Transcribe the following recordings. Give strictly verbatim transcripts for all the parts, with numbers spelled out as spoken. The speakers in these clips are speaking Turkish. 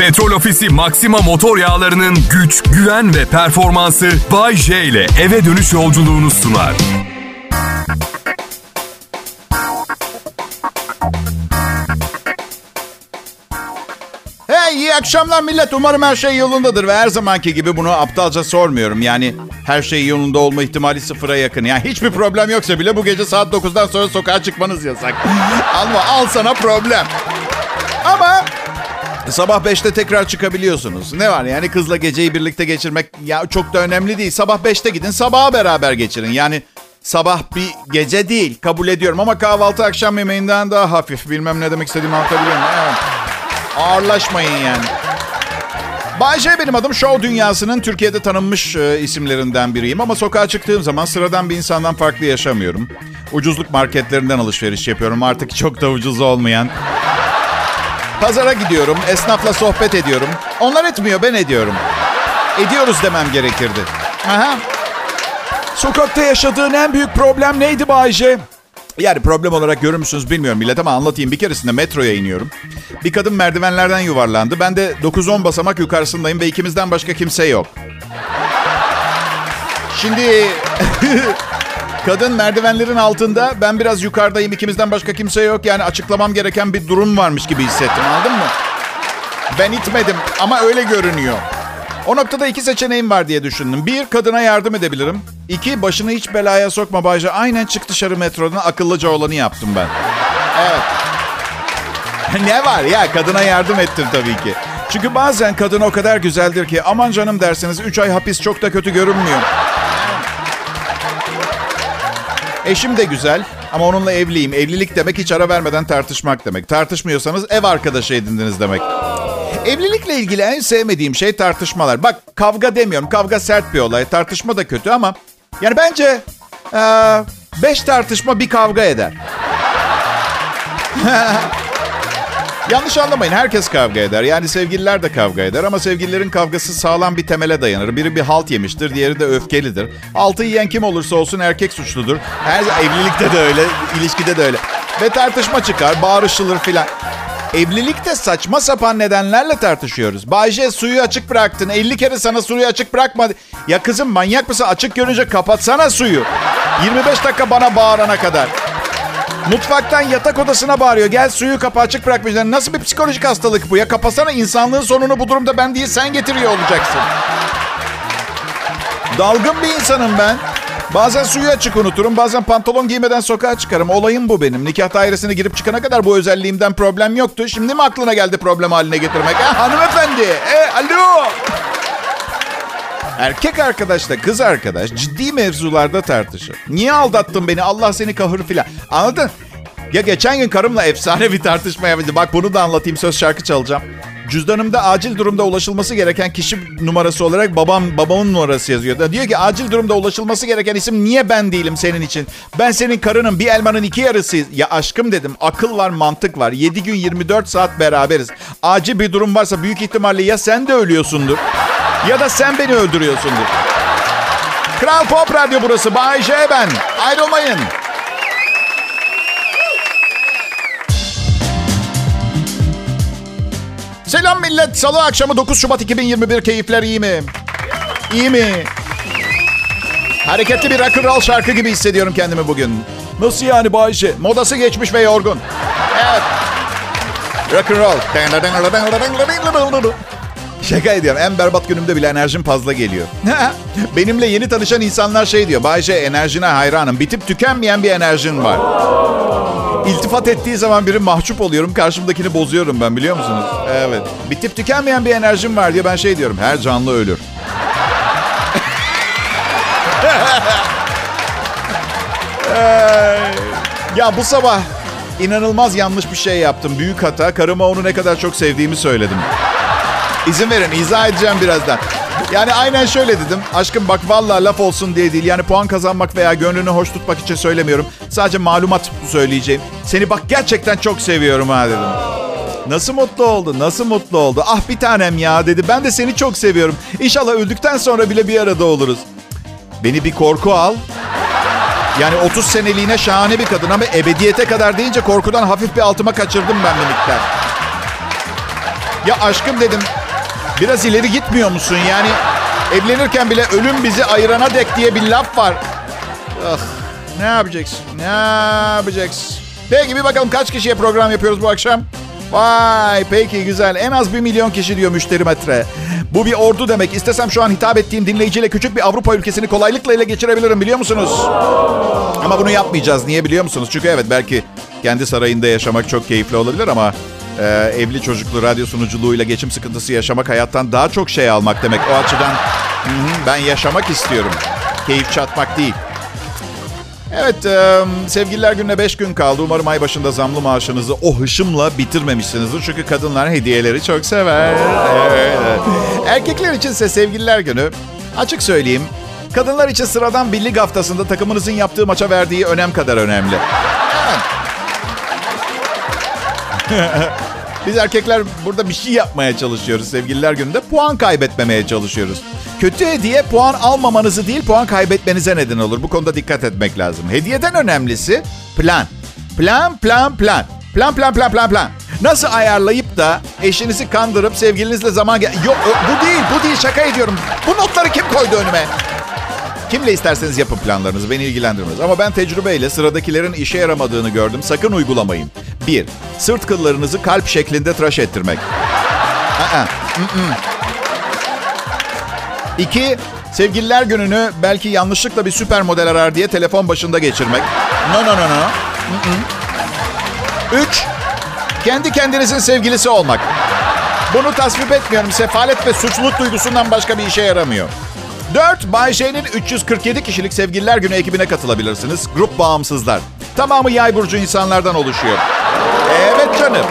Petrol Ofisi Maxima motor yağlarının güç, güven ve performansı Bay J ile eve dönüş yolculuğunu sunar. Hey, iyi akşamlar millet. Umarım her şey yolundadır ve her zamanki gibi bunu aptalca sormuyorum. Yani her şey yolunda olma ihtimali sıfıra yakın. Yani hiçbir problem yoksa bile bu gece saat dokuzdan sonra sokağa çıkmanız yasak. Alma, al sana problem. Ama sabah beşte tekrar çıkabiliyorsunuz. Ne var yani, kızla geceyi birlikte geçirmek ya çok da önemli değil. Sabah beşte gidin, sabaha beraber geçirin. Yani sabah bir gece değil, kabul ediyorum. Ama kahvaltı akşam yemeğinden daha hafif. Bilmem ne demek istediğimi anlatabiliyor muyum? Evet. Ağırlaşmayın yani. Bay J benim adım. Show dünyasının Türkiye'de tanınmış e, isimlerinden biriyim. Ama sokağa çıktığım zaman sıradan bir insandan farklı yaşamıyorum. Ucuzluk marketlerinden alışveriş yapıyorum. Artık çok da ucuz olmayan. Pazara gidiyorum. Esnafla sohbet ediyorum. Onlar etmiyor, ben ediyorum. Ediyoruz demem gerekirdi. Aha. Sokakta yaşadığın en büyük problem neydi Bay J? Yani problem olarak görür müsünüz bilmiyorum millet ama anlatayım. Bir keresinde metroya iniyorum. Bir kadın merdivenlerden yuvarlandı. Ben de dokuz on basamak yukarısındayım ve ikimizden başka kimse yok. Şimdi kadın merdivenlerin altında, ben biraz yukarıdayım. İkimizden başka kimse yok. Yani açıklamam gereken bir durum varmış gibi hissettim, anladın mı? Ben itmedim ama öyle görünüyor. O noktada iki seçeneğim var diye düşündüm. Bir, kadına yardım edebilirim. İki, başını hiç belaya sokma Bayce. Aynen çık dışarı metrodan, akıllıca olanı yaptım ben. Evet. Ne var ya, kadına yardım ettim tabii ki. Çünkü bazen kadın o kadar güzeldir ki aman canım derseniz üç ay hapis çok da kötü görünmüyor. Eşim de güzel ama onunla evliyim. Evlilik demek hiç ara vermeden tartışmak demek. Tartışmıyorsanız ev arkadaşı edindiniz demek. Evlilikle ilgili en sevmediğim şey tartışmalar. Bak, kavga demiyorum. Kavga sert bir olay. Tartışma da kötü ama yani bence ee, beş tartışma bir kavga eder. Yanlış anlamayın. Herkes kavga eder. Yani sevgililer de kavga eder ama sevgililerin kavgası sağlam bir temele dayanır. Biri bir halt yemiştir, diğeri de öfkelidir. Altı yiyen kim olursa olsun erkek suçludur. Her evlilikte de öyle, ilişkide de öyle. Ve tartışma çıkar, bağırışılır filan. Evlilikte saçma sapan nedenlerle tartışıyoruz. Bay J, suyu açık bıraktın. elli kere sana suyu açık bırakmadı. Ya kızım, manyak mısın? Açık görünce kapatsana suyu. yirmi beş dakika bana bağırana kadar. Mutfaktan yatak odasına bağırıyor. Gel suyu kapa, açık bırakmayacaksın. Nasıl bir psikolojik hastalık bu ya? Kapatsana, insanlığın sonunu bu durumda ben değil sen getiriyor olacaksın. Dalgın bir insanım ben. Bazen suyu açık unuturum. Bazen pantolon giymeden sokağa çıkarım. Olayım bu benim. Nikah dairesine girip çıkana kadar bu özelliğimden problem yoktu. Şimdi mi aklına geldi problem haline getirmek? Ha, hanımefendi. E, alo. Erkek arkadaşla kız arkadaş ciddi mevzularda tartışır. Niye aldattın beni? Allah seni kahır filan. Anladın? Ya geçen gün karımla efsane bir tartışma yaptı. Bak bunu da anlatayım. Söz şarkı çalacağım. Cüzdanımda acil durumda ulaşılması gereken kişi numarası olarak babam babamın numarası yazıyor. Diyor ki acil durumda ulaşılması gereken isim niye ben değilim senin için? Ben senin karınım, bir elmanın iki yarısıyız. Ya aşkım dedim, akıl var, mantık var. yedi gün yirmi dört saat beraberiz. Acil bir durum varsa büyük ihtimalle ya sen de ölüyorsundur ya da sen beni öldürüyorsundur. Kral Pop Radyo burası. Bay J ben. Ayrılmayın. Selam millet. Salı akşamı dokuz Şubat iki bin yirmi bir. Keyifler iyi mi? İyi mi? Hareketli bir rock and roll şarkı gibi hissediyorum kendimi bugün. Nasıl yani Bayşe? Modası geçmiş ve yorgun. Evet. Rock and roll. Şaka ediyorum. En berbat günümde bile enerjim fazla geliyor. Benimle yeni tanışan insanlar şey diyor. Bayşe, enerjine hayranım. Bitip tükenmeyen bir enerjin var. İltifat ettiği zaman biri mahcup oluyorum. Karşımdakini bozuyorum ben, biliyor musunuz? Evet. Bitip tükenmeyen bir enerjim var diye ben şey diyorum. Her canlı ölür. Ya bu sabah inanılmaz yanlış bir şey yaptım. Büyük hata. Karıma onu ne kadar çok sevdiğimi söyledim. İzin verin, izah edeceğim birazdan. Yani aynen şöyle dedim. Aşkım bak, vallahi laf olsun diye değil. Yani puan kazanmak veya gönlünü hoş tutmak için söylemiyorum. Sadece malumat söyleyeceğim. Seni bak gerçekten çok seviyorum ha dedim. Nasıl mutlu oldu, nasıl mutlu oldu. Ah bir tanem ya dedi. Ben de seni çok seviyorum. İnşallah öldükten sonra bile bir arada oluruz. Beni bir korku al. Yani otuz seneliğine şahane bir kadın ama ebediyete kadar deyince korkudan hafif bir altıma kaçırdım ben bir miktar. Ya aşkım dedim, biraz ileri gitmiyor musun? Yani evlenirken bile ölüm bizi ayırana dek diye bir laf var. Ah, ne yapacaksın? Ne yapacaksın? Peki bir bakalım kaç kişiye program yapıyoruz bu akşam? Vay peki güzel. En az bir milyon kişi diyor müşteri metre. Bu bir ordu demek. İstesem şu an hitap ettiğim dinleyiciyle küçük bir Avrupa ülkesini kolaylıkla ele geçirebilirim, biliyor musunuz? Ama bunu yapmayacağız. Niye biliyor musunuz? Çünkü evet, belki kendi sarayında yaşamak çok keyifli olabilir ama e, evli çocuklu radyo sunuculuğuyla geçim sıkıntısı yaşamak hayattan daha çok şey almak demek. O açıdan hı hı, ben yaşamak istiyorum. Keyif çatmak değil. Evet, e, sevgililer gününe beş gün kaldı. Umarım ay başında zamlı maaşınızı o hışımla bitirmemişsinizdir. Çünkü kadınlar hediyeleri çok sever. Evet. Erkekler içinse sevgililer günü, açık söyleyeyim, kadınlar için sıradan bir lig haftasında takımınızın yaptığı maça verdiği önem kadar önemli. Biz erkekler burada bir şey yapmaya çalışıyoruz sevgililer gününde. Puan kaybetmemeye çalışıyoruz. Kötü hediye puan almamanızı değil, puan kaybetmenize neden olur. Bu konuda dikkat etmek lazım. Hediyeden önemlisi plan. Plan, plan, plan. Plan, plan, plan, plan, plan. Nasıl ayarlayıp da eşinizi kandırıp sevgilinizle zaman... Ge- Yok, bu değil, bu değil. Şaka ediyorum. Bu notları kim koydu önüme? Kimle isterseniz yapın planlarınızı. Beni ilgilendirmez. Ama ben tecrübeyle sıradakilerin işe yaramadığını gördüm. Sakın uygulamayın. Bir, sırt kıllarınızı kalp şeklinde tıraş ettirmek. Aa, İki, sevgililer gününü belki yanlışlıkla bir süper model arar diye telefon başında geçirmek. No, no, no, no. Üç, kendi kendinizin sevgilisi olmak. Bunu tasvip etmiyorum. Sefalet ve suçluluk duygusundan başka bir işe yaramıyor. Dört, Bay J'nin üç yüz kırk yedi kişilik sevgililer günü ekibine katılabilirsiniz. Grup bağımsızlar. Tamamı yay burcu insanlardan oluşuyor. Evet canım.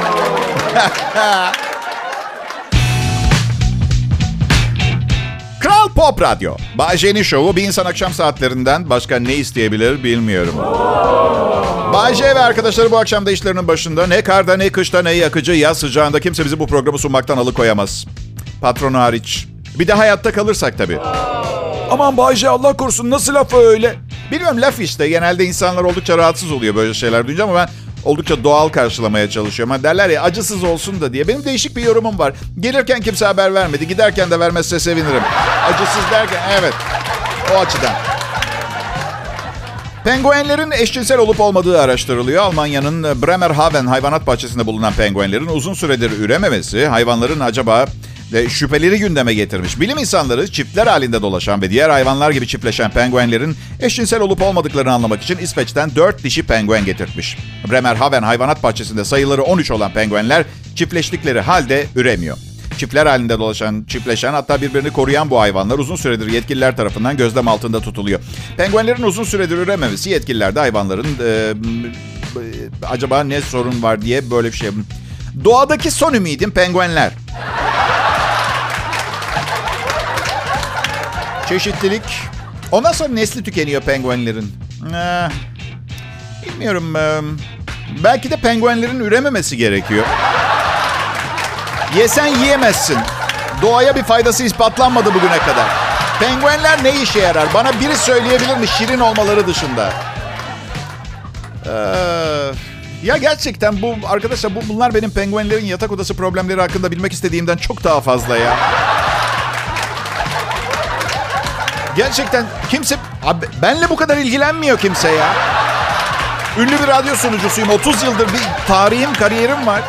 Kral Pop Radyo. Bay J'nin şovu, bir insan akşam saatlerinden başka ne isteyebilir bilmiyorum. Bay J ve arkadaşları bu akşam da işlerinin başında. Ne karda, ne kışta, ne yakıcı yaz sıcağında kimse bizi bu programı sunmaktan alıkoyamaz. Patronu hariç. Bir de hayatta kalırsak tabii. Aman Bay J, Allah korusun, nasıl laf öyle? Bilmiyorum, laf işte. Genelde insanlar oldukça rahatsız oluyor böyle şeyler duyunca ama ben oldukça doğal karşılamaya çalışıyorum. Hani derler ya, acısız olsun da diye. Benim değişik bir yorumum var. Gelirken kimse haber vermedi. Giderken de vermezse sevinirim. Acısız derken evet. O açıdan. Penguenlerin eşcinsel olup olmadığı araştırılıyor. Almanya'nın Bremerhaven hayvanat bahçesinde bulunan penguenlerin uzun süredir ürememesi hayvanların acaba ve şüpheleri gündeme getirmiş. Bilim insanları çiftler halinde dolaşan ve diğer hayvanlar gibi çiftleşen penguenlerin eşcinsel olup olmadıklarını anlamak için İsveç'ten dört dişi penguen getirtmiş. Bremerhaven hayvanat bahçesinde sayıları on üç olan penguenler çiftleştikleri halde üremiyor. Çiftler halinde dolaşan, çiftleşen, hatta birbirini koruyan bu hayvanlar uzun süredir yetkililer tarafından gözlem altında tutuluyor. Penguenlerin uzun süredir ürememesi yetkililerde hayvanların e, e, acaba ne sorun var diye böyle bir şey. Doğadaki son ümidim penguenler. Çeşitlilik. Ondan sonra nesli tükeniyor penguenlerin. Ee, bilmiyorum. Ee, belki de penguenlerin ürememesi gerekiyor. Yesen yiyemezsin. Doğaya bir faydası ispatlanmadı bugüne kadar. Penguenler ne işe yarar? Bana biri söyleyebilir mi şirin olmaları dışında? Ee, ya gerçekten bu arkadaşlar, bu bunlar benim penguenlerin yatak odası problemleri hakkında bilmek istediğimden çok daha fazla ya. Gerçekten kimse... Abi, benle bu kadar ilgilenmiyor kimse ya. Ünlü bir radyo sunucusuyum. otuz yıldır bir tarihim, kariyerim var.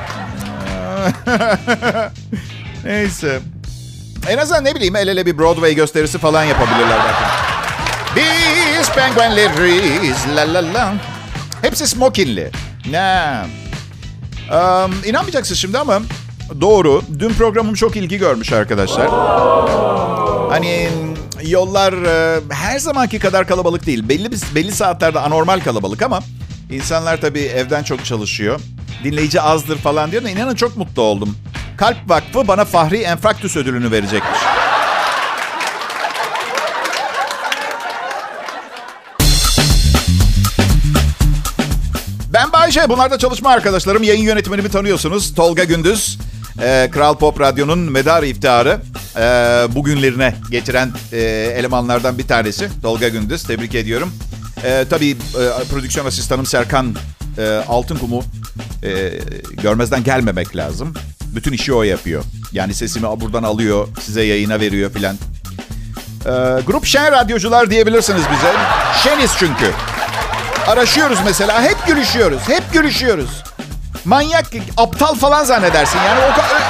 Neyse. En azından ne bileyim, el ele bir Broadway gösterisi falan yapabilirler bakın. Biz penguenleriz. La la la. Hepsi smokinli. Ne? Um, inanmayacaksınız şimdi ama doğru. Dün programım çok ilgi görmüş arkadaşlar. Hani... Yollar e, her zamanki kadar kalabalık değil. Belli belli saatlerde anormal kalabalık ama insanlar tabii evden çok çalışıyor. Dinleyici azdır falan diyor da inanın çok mutlu oldum. Kalp Vakfı bana Fahri Enfarktüs ödülünü verecekmiş. Ben Bay J. Bunlar da çalışma arkadaşlarım. Yayın yönetmenimi tanıyorsunuz. Tolga Gündüz. Ee, Kral Pop Radyo'nun medar iftiharı e, bugünlerine getiren e, elemanlardan bir tanesi. Tolga Gündüz. Tebrik ediyorum. E, tabii e, prodüksiyon asistanım Serkan e, Altınkum'u e, görmezden gelmemek lazım. Bütün işi o yapıyor. Yani sesimi buradan alıyor, size yayına veriyor filan. Ee, grup şen radyocular diyebilirsiniz bize. Şeniz çünkü. Araşıyoruz mesela, hep gülüşüyoruz, hep gülüşüyoruz. Manyak, aptal falan zannedersin. Yani o kadar...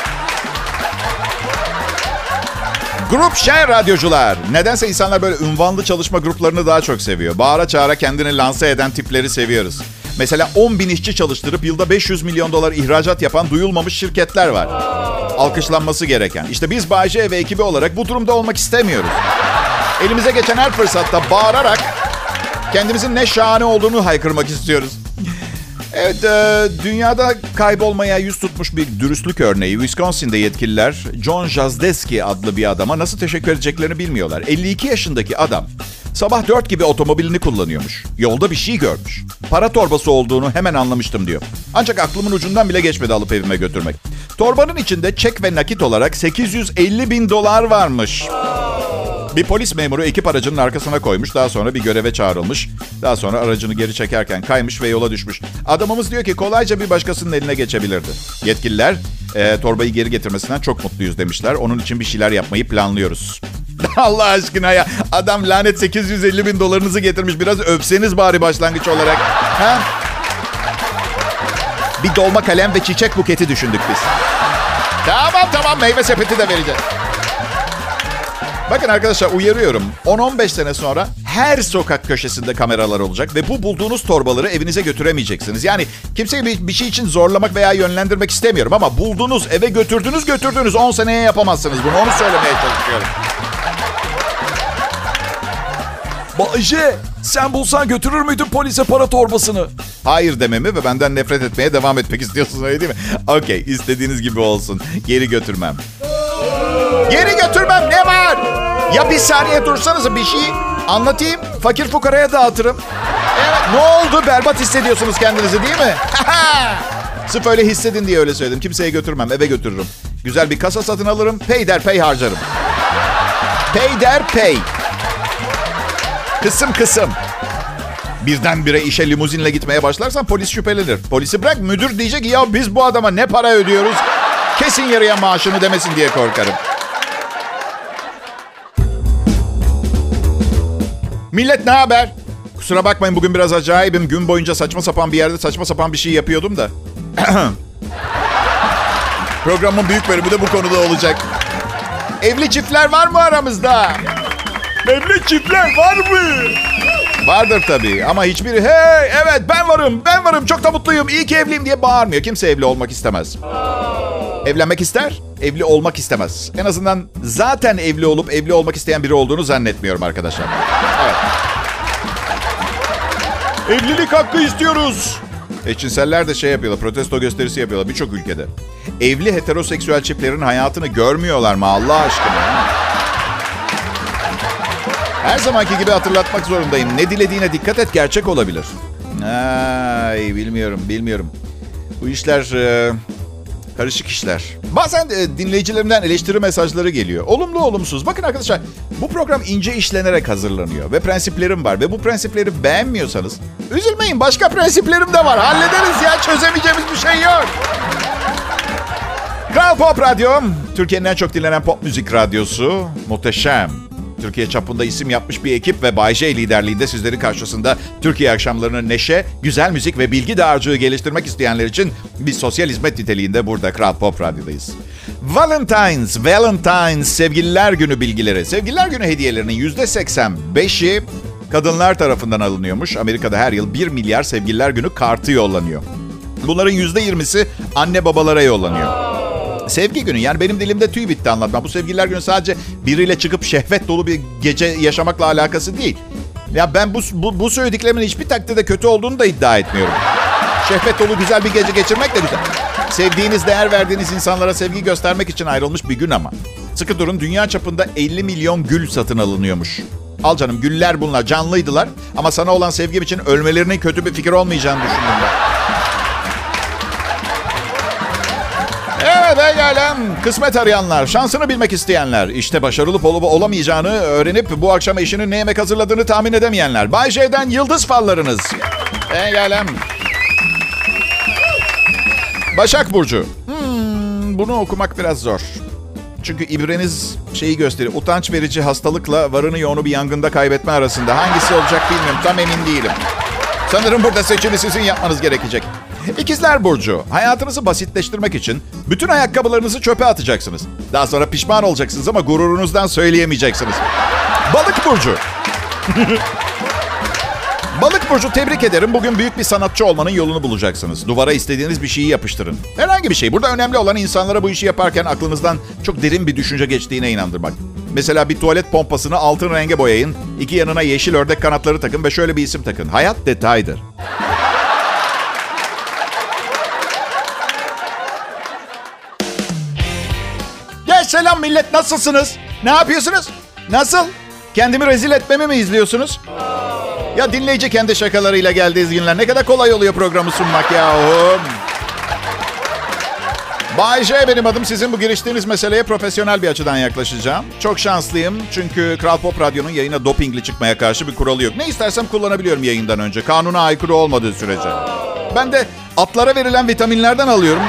Grup şen radyocular. Nedense insanlar böyle ünvanlı çalışma gruplarını daha çok seviyor. Bağıra çağıra kendini lanse eden tipleri seviyoruz. Mesela on bin işçi çalıştırıp yılda beş yüz milyon dolar ihracat yapan duyulmamış şirketler var. Alkışlanması gereken. İşte biz Bay J ve ekibi olarak bu durumda olmak istemiyoruz. Elimize geçen her fırsatta bağırarak kendimizin ne şahane olduğunu haykırmak istiyoruz. Evet, e, dünyada kaybolmaya yüz tutmuş bir dürüstlük örneği. Wisconsin'de yetkililer John Jazdeski adlı bir adama nasıl teşekkür edeceklerini bilmiyorlar. elli iki yaşındaki adam sabah dört gibi otomobilini kullanıyormuş. Yolda bir şey görmüş. Para torbası olduğunu hemen anlamıştım diyor. Ancak aklımın ucundan bile geçmedi alıp evime götürmek. Torbanın içinde çek ve nakit olarak sekiz yüz elli bin dolar varmış. Bir polis memuru ekip aracının arkasına koymuş. Daha sonra bir göreve çağrılmış. Daha sonra aracını geri çekerken kaymış ve yola düşmüş. Adamımız diyor ki kolayca bir başkasının eline geçebilirdi. Yetkililer e, torbayı geri getirmesinden çok mutluyuz demişler. Onun için bir şeyler yapmayı planlıyoruz. Allah aşkına ya. Adam lanet sekiz yüz elli bin dolarınızı getirmiş. Biraz öpseniz bari başlangıç olarak. Ha? Bir dolma kalem ve çiçek buketi düşündük biz. Tamam tamam, meyve sepeti de vereceğiz. Bakın arkadaşlar, uyarıyorum. on on beş sene sonra her sokak köşesinde kameralar olacak ve bu bulduğunuz torbaları evinize götüremeyeceksiniz. Yani kimseyi bir, bir şey için zorlamak veya yönlendirmek istemiyorum ama buldunuz, eve götürdünüz götürdünüz. on seneye yapamazsınız bunu, onu söylemeye çalışıyorum. Bay J, sen bulsan götürür müydün polise para torbasını? Hayır dememi ve benden nefret etmeye devam etmek istiyorsunuz, öyle değil mi? Okey, istediğiniz gibi olsun. Geri götürmem. Geri götürmem, ne var? Ya bir saniye dursanız bir şey anlatayım. Fakir fukaraya dağıtırım. Evet, ne oldu? Berbat hissediyorsunuz kendinizi değil mi? Sırf öyle hissedin diye öyle söyledim. Kimseye götürmem, eve götürürüm. Güzel bir kasa satın alırım. Pay der pay harcarım. Pay der pay. Kısım kısım. Birdenbire işe limuzinle gitmeye başlarsan polis şüphelenir. Polisi bırak, müdür diyecek ki ya biz bu adama ne para ödüyoruz? Kesin yarıya maaşını demesin diye korkarım. Millet ne haber? Kusura bakmayın, bugün biraz acayibim. Gün boyunca saçma sapan bir yerde saçma sapan bir şey yapıyordum da. Programın büyük bölümü de bu konuda olacak. Evli çiftler var mı aramızda? Evli çiftler var mı? Vardır tabii ama hiçbiri hey evet ben varım ben varım çok da mutluyum iyi ki evliyim diye bağırmıyor. Kimse evli olmak istemez. Evlenmek ister, evli olmak istemez. En azından zaten evli olup evli olmak isteyen biri olduğunu zannetmiyorum arkadaşlar. Evet. Evlilik hakkı istiyoruz. Eşcinseller de şey yapıyorlar, protesto gösterisi yapıyorlar birçok ülkede. Evli heteroseksüel çiftlerin hayatını görmüyorlar mı Allah aşkına? Her zamanki gibi hatırlatmak zorundayım. Ne dilediğine dikkat et, gerçek olabilir. Ay bilmiyorum, bilmiyorum. Bu işler e, karışık işler. Bazen e, dinleyicilerimden eleştiri mesajları geliyor. Olumlu olumsuz. Bakın arkadaşlar, bu program ince işlenerek hazırlanıyor. Ve prensiplerim var. Ve bu prensipleri beğenmiyorsanız üzülmeyin. Başka prensiplerim de var. Hallederiz ya. Çözemeyeceğimiz bir şey yok. Kral Pop Radyo, Türkiye'nin en çok dinlenen pop müzik radyosu. Muhteşem. Türkiye çapında isim yapmış bir ekip ve Bay J liderliğinde sizlerin karşısında Türkiye akşamlarını neşe, güzel müzik ve bilgi dağarcığı geliştirmek isteyenler için bir sosyal hizmet niteliğinde burada Kral Pop Radyo'dayız. Valentine's, Valentine's Sevgililer Günü bilgileri. Sevgililer Günü hediyelerinin yüzde seksen beşi kadınlar tarafından alınıyormuş. Amerika'da her yıl bir milyar Sevgililer Günü kartı yollanıyor. Bunların yüzde yirmisi anne babalara yollanıyor. Sevgi günü, yani benim dilimde tüy bitti anlatmam. Bu sevgililer günü sadece biriyle çıkıp şehvet dolu bir gece yaşamakla alakası değil. Ya ben bu, bu, bu söylediklerimin hiçbir takdirde kötü olduğunu da iddia etmiyorum. Şehvet dolu güzel bir gece geçirmek de güzel. Sevdiğiniz, değer verdiğiniz insanlara sevgi göstermek için ayrılmış bir gün ama. Sıkı durun, dünya çapında elli milyon gül satın alınıyormuş. Al canım, güller bunlar, canlıydılar. Ama sana olan sevgim için ölmelerinin kötü bir fikir olmayacağını düşündüm ben. Evet egalem. Kısmet arayanlar, şansını bilmek isteyenler, işte başarılı olup olamayacağını öğrenip bu akşam eşinin ne yemek hazırladığını tahmin edemeyenler. Bay J'den yıldız fallarınız. Egalem. Başak Burcu. Hmm, bunu okumak biraz zor. Çünkü ibreniz şeyi gösteriyor. Utanç verici hastalıkla varını yoğunu bir yangında kaybetme arasında. Hangisi olacak bilmiyorum. Tam emin değilim. Sanırım burada seçimi sizin yapmanız gerekecek. İkizler Burcu, hayatınızı basitleştirmek için bütün ayakkabılarınızı çöpe atacaksınız. Daha sonra pişman olacaksınız ama gururunuzdan söyleyemeyeceksiniz. Balık Burcu. Balık Burcu, tebrik ederim. Bugün büyük bir sanatçı olmanın yolunu bulacaksınız. Duvara istediğiniz bir şeyi yapıştırın. Herhangi bir şey. Burada önemli olan insanlara bu işi yaparken aklınızdan çok derin bir düşünce geçtiğine inandırmak. Mesela bir tuvalet pompasını altın renge boyayın. İki yanına yeşil ördek kanatları takın ve şöyle bir isim takın. Hayat detaydır. Ya selam millet, nasılsınız? Ne yapıyorsunuz? Nasıl? Kendimi rezil etmemi mi izliyorsunuz? Ya dinleyici kendi şakalarıyla geldiği günler. Ne kadar kolay oluyor programı sunmak yahu. Bay J benim adım. Sizin bu giriştiğiniz meseleye profesyonel bir açıdan yaklaşacağım. Çok şanslıyım çünkü Kral Pop Radyo'nun yayına dopingli çıkmaya karşı bir kuralı yok. Ne istersem kullanabiliyorum yayından önce. Kanuna aykırı olmadığı sürece. Ben de atlara verilen vitaminlerden alıyorum.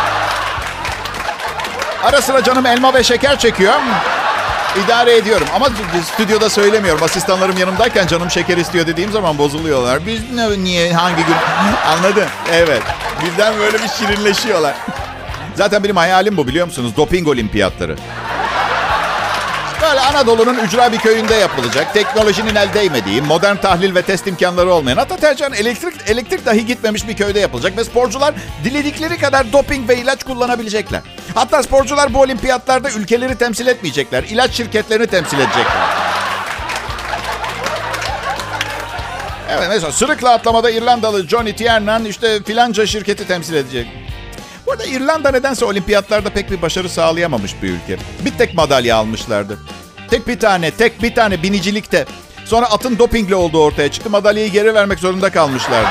Ara sıra canım elma ve şeker çekiyor. İdare ediyorum ama stüdyoda söylemiyorum. Asistanlarım yanımdayken canım şeker istiyor dediğim zaman bozuluyorlar. Biz ne, niye, hangi gün? Anladın? Evet. Bizden böyle bir şirinleşiyorlar. Zaten benim hayalim bu, biliyor musunuz? Doping olimpiyatları. Böyle Anadolu'nun ücra bir köyünde yapılacak. Teknolojinin el değmediği, modern tahlil ve test imkanları olmayan, hatta tercihen elektrik, elektrik dahi gitmemiş bir köyde yapılacak. Ve sporcular diledikleri kadar doping ve ilaç kullanabilecekler. Hatta sporcular bu olimpiyatlarda ülkeleri temsil etmeyecekler. İlaç şirketlerini temsil edecekler. Evet, mesela sırıkla atlamada İrlandalı Johnny Tiernan işte filanca şirketi temsil edecek. Bu arada İrlanda nedense olimpiyatlarda pek bir başarı sağlayamamış bir ülke. Bir tek madalya almışlardı. Tek bir tane, tek bir tane binicilikte. Sonra atın dopingle olduğu ortaya çıktı. Madalyayı geri vermek zorunda kalmışlardı.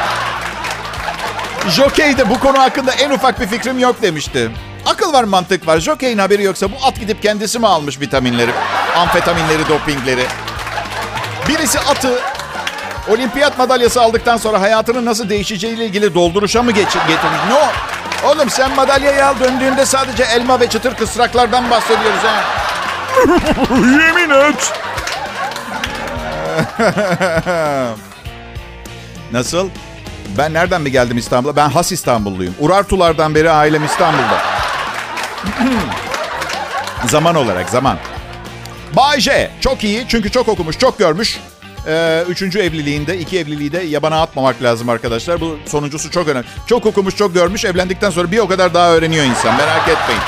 Jokey de bu konu hakkında en ufak bir fikrim yok demişti. Akıl var, mantık var. Jokey'in haberi yoksa bu at gidip kendisi mi almış vitaminleri, amfetaminleri, dopingleri? Birisi atı olimpiyat madalyası aldıktan sonra hayatının nasıl değişeceğiyle ilgili dolduruşa mı geç- getirmiş? Ne o? Oğlum sen madalyayı al, döndüğünde sadece elma ve çıtır kısraklardan bahsediyoruz ha. Yemin et. Nasıl? Ben nereden mi geldim İstanbul'a? Ben has İstanbulluyum. Urartulardan beri ailem İstanbul'da. Zaman olarak zaman. Bay J çok iyi çünkü çok okumuş, çok görmüş. Ee, üçüncü evliliğinde, iki evliliği de yabana atmamak lazım arkadaşlar. Bu sonuncusu çok önemli. Çok okumuş, çok görmüş. Evlendikten sonra bir o kadar daha öğreniyor insan. Merak etmeyin.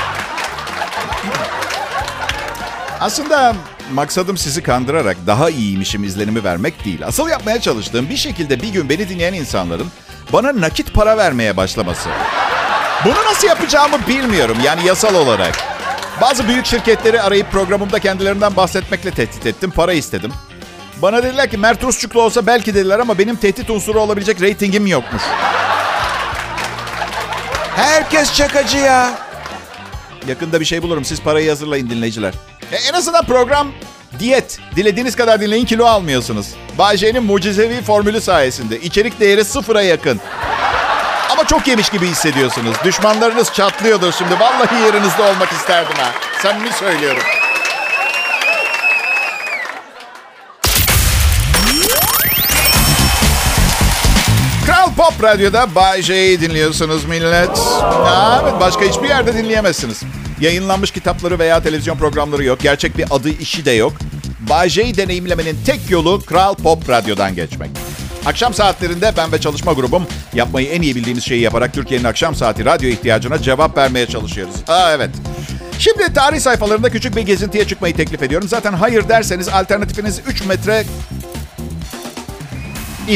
Aslında maksadım sizi kandırarak daha iyiymişim izlenimi vermek değil. Asıl yapmaya çalıştığım bir şekilde bir gün beni dinleyen insanların bana nakit para vermeye başlaması. Bunu nasıl yapacağımı bilmiyorum, yani yasal olarak. Bazı büyük şirketleri arayıp programımda kendilerinden bahsetmekle tehdit ettim. Para istedim. Bana dediler ki Mert Rusçuklu olsa belki dediler ama benim tehdit unsuru olabilecek reytingim yokmuş. Herkes şakacı ya. Yakında bir şey bulurum. Siz parayı hazırlayın dinleyiciler. E, en azından program diyet. Dilediğiniz kadar dinleyin, kilo almıyorsunuz. Bay J'nin mucizevi formülü sayesinde. İçerik değeri sıfıra yakın. Ama çok yemiş gibi hissediyorsunuz. Düşmanlarınız çatlıyordur şimdi. Vallahi yerinizde olmak isterdim ha. Samimi söylüyorum. Kral Pop Radyo'da Bay J'yi dinliyorsunuz millet. Ya, evet, başka hiçbir yerde dinleyemezsiniz. Yayınlanmış kitapları veya televizyon programları yok. Gerçek bir adı, işi de yok. Bay J'yi deneyimlemenin tek yolu Kral Pop Radyo'dan geçmek. Akşam saatlerinde ben ve çalışma grubum yapmayı en iyi bildiğimiz şeyi yaparak Türkiye'nin akşam saati radyo ihtiyacına cevap vermeye çalışıyoruz. Aa, evet. Şimdi tarih sayfalarında küçük bir gezintiye çıkmayı teklif ediyorum. Zaten hayır derseniz alternatifiniz üç metre ip.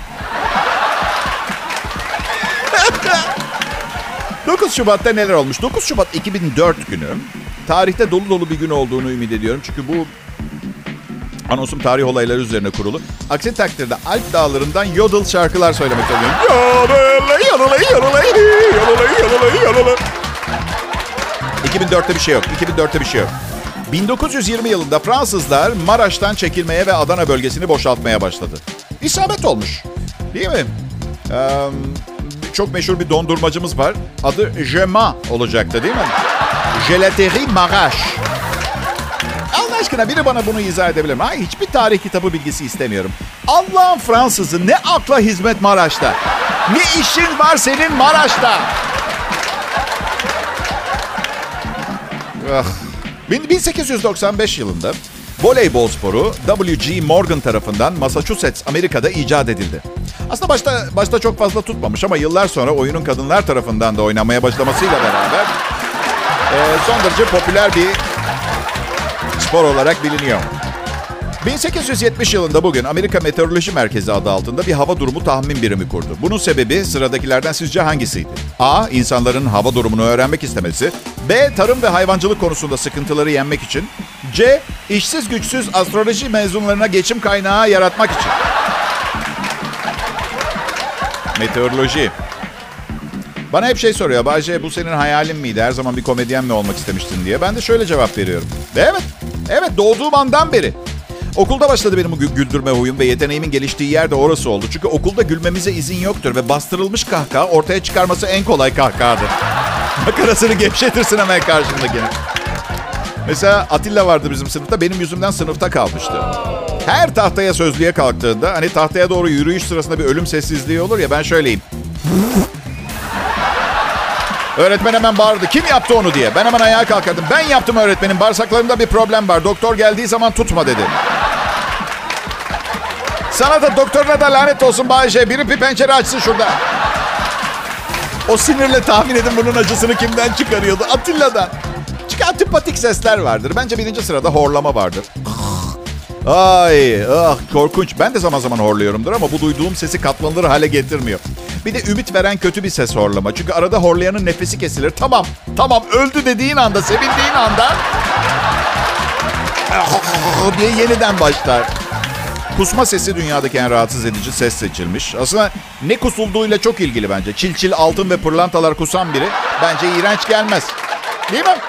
dokuz Şubat'ta neler olmuş? dokuz Şubat iki bin dört günü. Tarihte dolu dolu bir gün olduğunu ümit ediyorum. Çünkü bu anonsum tarih olayları üzerine kurulu. Aksi takdirde Alp dağlarından yodel şarkılar söylemek istiyorum. Yodelay, yodelay, yodelay, yodelay, yodelay, yodelay. iki bin dörtte bir şey yok. iki bin dörtte bir şey yok. bin dokuz yüz yirmi yılında Fransızlar Maraş'tan çekilmeye ve Adana bölgesini boşaltmaya başladı. İsabet olmuş. Değil mi? Ee, çok meşhur bir dondurmacımız var. Adı Jema olacaktı değil mi? Gelaterie Maraş. Allah aşkına biri bana bunu izah edebilir mi? Hayır, hiçbir tarih kitabı bilgisi istemiyorum. Allah'ın Fransızı, ne akla hizmet Maraş'ta? Ne işin var senin Maraş'ta? Ah. bin sekiz yüz doksan beş yılında voleybol sporu W G Morgan tarafından Massachusetts, Amerika'da icat edildi. Aslında başta başta çok fazla tutmamış ama yıllar sonra oyunun kadınlar tarafından da oynanmaya başlamasıyla beraber e, son derece popüler bir spor olarak biliniyor. bin sekiz yüz yetmiş yılında bugün Amerika Meteoroloji Merkezi adı altında bir hava durumu tahmin birimi kurdu. Bunun sebebi sıradakilerden sizce hangisiydi? A. İnsanların hava durumunu öğrenmek istemesi. B. Tarım ve hayvancılık konusunda sıkıntıları yenmek için. C. İşsiz güçsüz astroloji mezunlarına geçim kaynağı yaratmak için. Meteoroloji. Bana hep şey soruyor. Bayce, bu senin hayalin miydi? Her zaman bir komedyen mi olmak istemiştin diye. Ben de şöyle cevap veriyorum. Ve evet. Evet, doğduğum andan beri. Okulda başladı benim gü- güldürme huyum ve yeteneğimin geliştiği yer de orası oldu. Çünkü okulda gülmemize izin yoktur ve bastırılmış kahkaha ortaya çıkarması en kolay kahkahadır. Makarasını gevşetirsin hemen karşındakine. Mesela Atilla vardı bizim sınıfta. Benim yüzümden sınıfta kalmıştı. Her tahtaya sözlüğe kalktığında, hani tahtaya doğru yürüyüş sırasında bir ölüm sessizliği olur ya, ben şöyleyim. Öğretmen hemen bağırdı. Kim yaptı onu diye. Ben hemen ayağa kalkardım. Ben yaptım öğretmenim. Bağırsaklarımda bir problem var. Doktor geldiği zaman tutma dedi. Sana da doktoruna da lanet olsun Bayce. Biri bir pencere açsın şurada. O sinirle tahmin edin bunun acısını kimden çıkarıyordu? Atilla'dan. Çünkü antipatik sesler vardır. Bence birinci sırada horlama vardır. Ay, ah, korkunç. Ben de zaman zaman horluyorumdur ama bu duyduğum sesi katlanılır hale getirmiyor. Bir de ümit veren kötü bir ses horlama. Çünkü arada horlayanın nefesi kesilir. Tamam, tamam öldü dediğin anda, sevindiğin anda diye yeniden başlar. Kusma sesi dünyadaki en rahatsız edici ses seçilmiş. Aslında ne kusulduğuyla çok ilgili bence. Çil çil altın ve pırlantalar kusan biri bence iğrenç gelmez. Değil mi?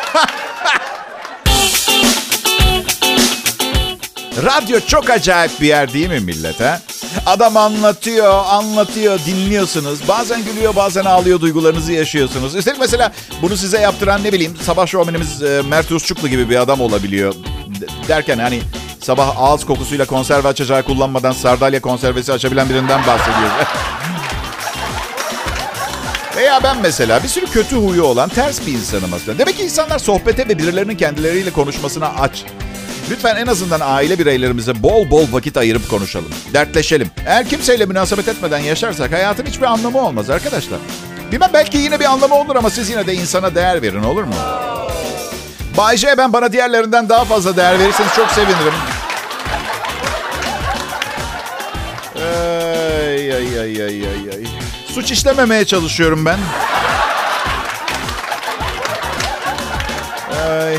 Radyo çok acayip bir yer değil mi millet ha? Adam anlatıyor, anlatıyor, dinliyorsunuz. Bazen gülüyor, bazen ağlıyor, duygularınızı yaşıyorsunuz. Üstelik mesela bunu size yaptıran ne bileyim sabah şovmenimiz e, Mert Usçuklu gibi bir adam olabiliyor. Derken hani sabah ağız kokusuyla konserve açacağı kullanmadan sardalya konservesi açabilen birinden bahsediyoruz. Veya ben mesela bir sürü kötü huyu olan ters bir insanım aslında. Demek ki insanlar sohbete ve birilerinin kendileriyle konuşmasına aç. Lütfen en azından aile bireylerimize bol bol vakit ayırıp konuşalım. Dertleşelim. Eğer kimseyle münasebet etmeden yaşarsak hayatın hiçbir anlamı olmaz arkadaşlar. Bilmem, belki yine bir anlamı olur ama siz yine de insana değer verin, olur mu? Bay J, ben bana diğerlerinden daha fazla değer verirseniz çok sevinirim. Ay ay ay ay ay ay. Suç işlememeye çalışıyorum ben. Ay.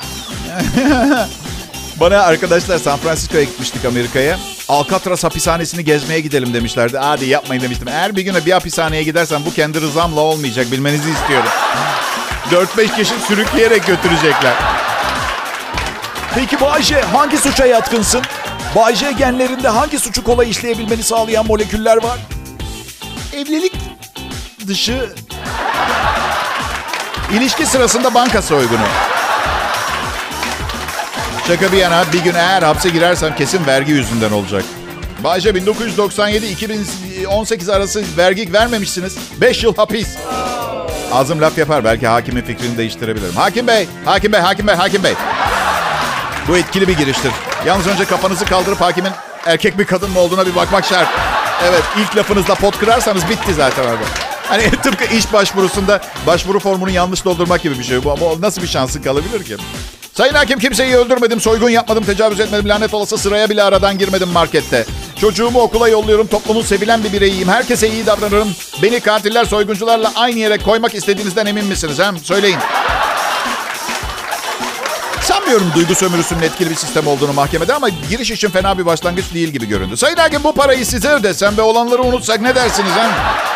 Bana arkadaşlar San Francisco'ya gitmiştik, Amerika'ya. Alcatraz hapishanesini gezmeye gidelim demişlerdi. Hadi yapmayın demiştim. Eğer bir güne bir hapishaneye gidersen bu kendi rızamla olmayacak, bilmenizi istiyorum. dört beş kişi sürükleyerek götürecekler. Peki Bayce, hangi suça yatkınsın? Bayce genlerinde hangi suçu kolay işleyebilmeni sağlayan moleküller var? Evlilik dışı ilişki sırasında banka soygunu. Şaka bir yana, bir gün eğer hapse girersem kesin vergi yüzünden olacak. Bayce, bin dokuz yüz doksan yedi iki bin on sekiz arası vergi vermemişsiniz. beş yıl hapis. Ağzım laf yapar, belki hakimin fikrini değiştirebilirim. Hakim bey, hakim bey, hakim bey, hakim bey. Bu etkili bir giriştir. Yalnız önce kafanızı kaldırıp hakimin erkek mi kadın mı olduğuna bir bakmak şart. Evet, ilk lafınızla pot kırarsanız bitti zaten orada. Hani tıpkı iş başvurusunda başvuru formunu yanlış doldurmak gibi bir şey bu. Ama nasıl bir şansın kalabilir ki? Sayın hakim, kimseyi öldürmedim, soygun yapmadım, tecavüz etmedim, lanet olası sıraya bile aradan girmedim markette. Çocuğumu okula yolluyorum, toplumun sevilen bir bireyiyim, herkese iyi davranırım. Beni katiller, soyguncularla aynı yere koymak istediğinizden emin misiniz? He? Söyleyin. Sanmıyorum duygu sömürüsünün etkili bir sistem olduğunu mahkemede ama giriş için fena bir başlangıç değil gibi göründü. Sayın hakim, bu parayı size ödesem ve olanları unutsak ne dersiniz? He?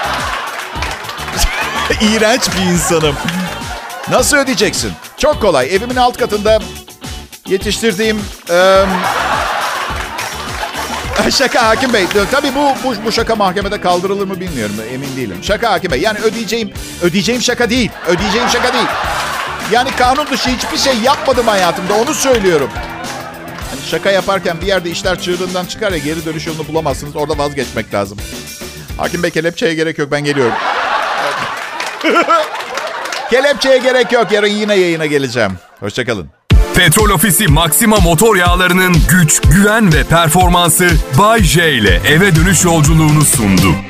İğrenç bir insanım. Nasıl ödeyeceksin? Çok kolay. Evimin alt katında yetiştirdiğim... E, Şaka Hakim Bey. Tabii bu, bu bu şaka mahkemede kaldırılır mı bilmiyorum. Emin değilim. Şaka Hakim Bey. Yani ödeyeceğim ödeyeceğim şaka değil. Ödeyeceğim şaka değil. Yani kanun dışı hiçbir şey yapmadım hayatımda. Onu söylüyorum. Yani şaka yaparken bir yerde işler çığırından çıkar ya, geri dönüş yolunu bulamazsınız. Orada vazgeçmek lazım. Hakim Bey, kelepçeye gerek yok. Ben geliyorum. Kelepçeye gerek yok. Yarın yine yayına geleceğim. Hoşçakalın. Petrol Ofisi Maxima motor yağlarının güç, güven ve performansı Bay J ile eve dönüş yolculuğunu sundu.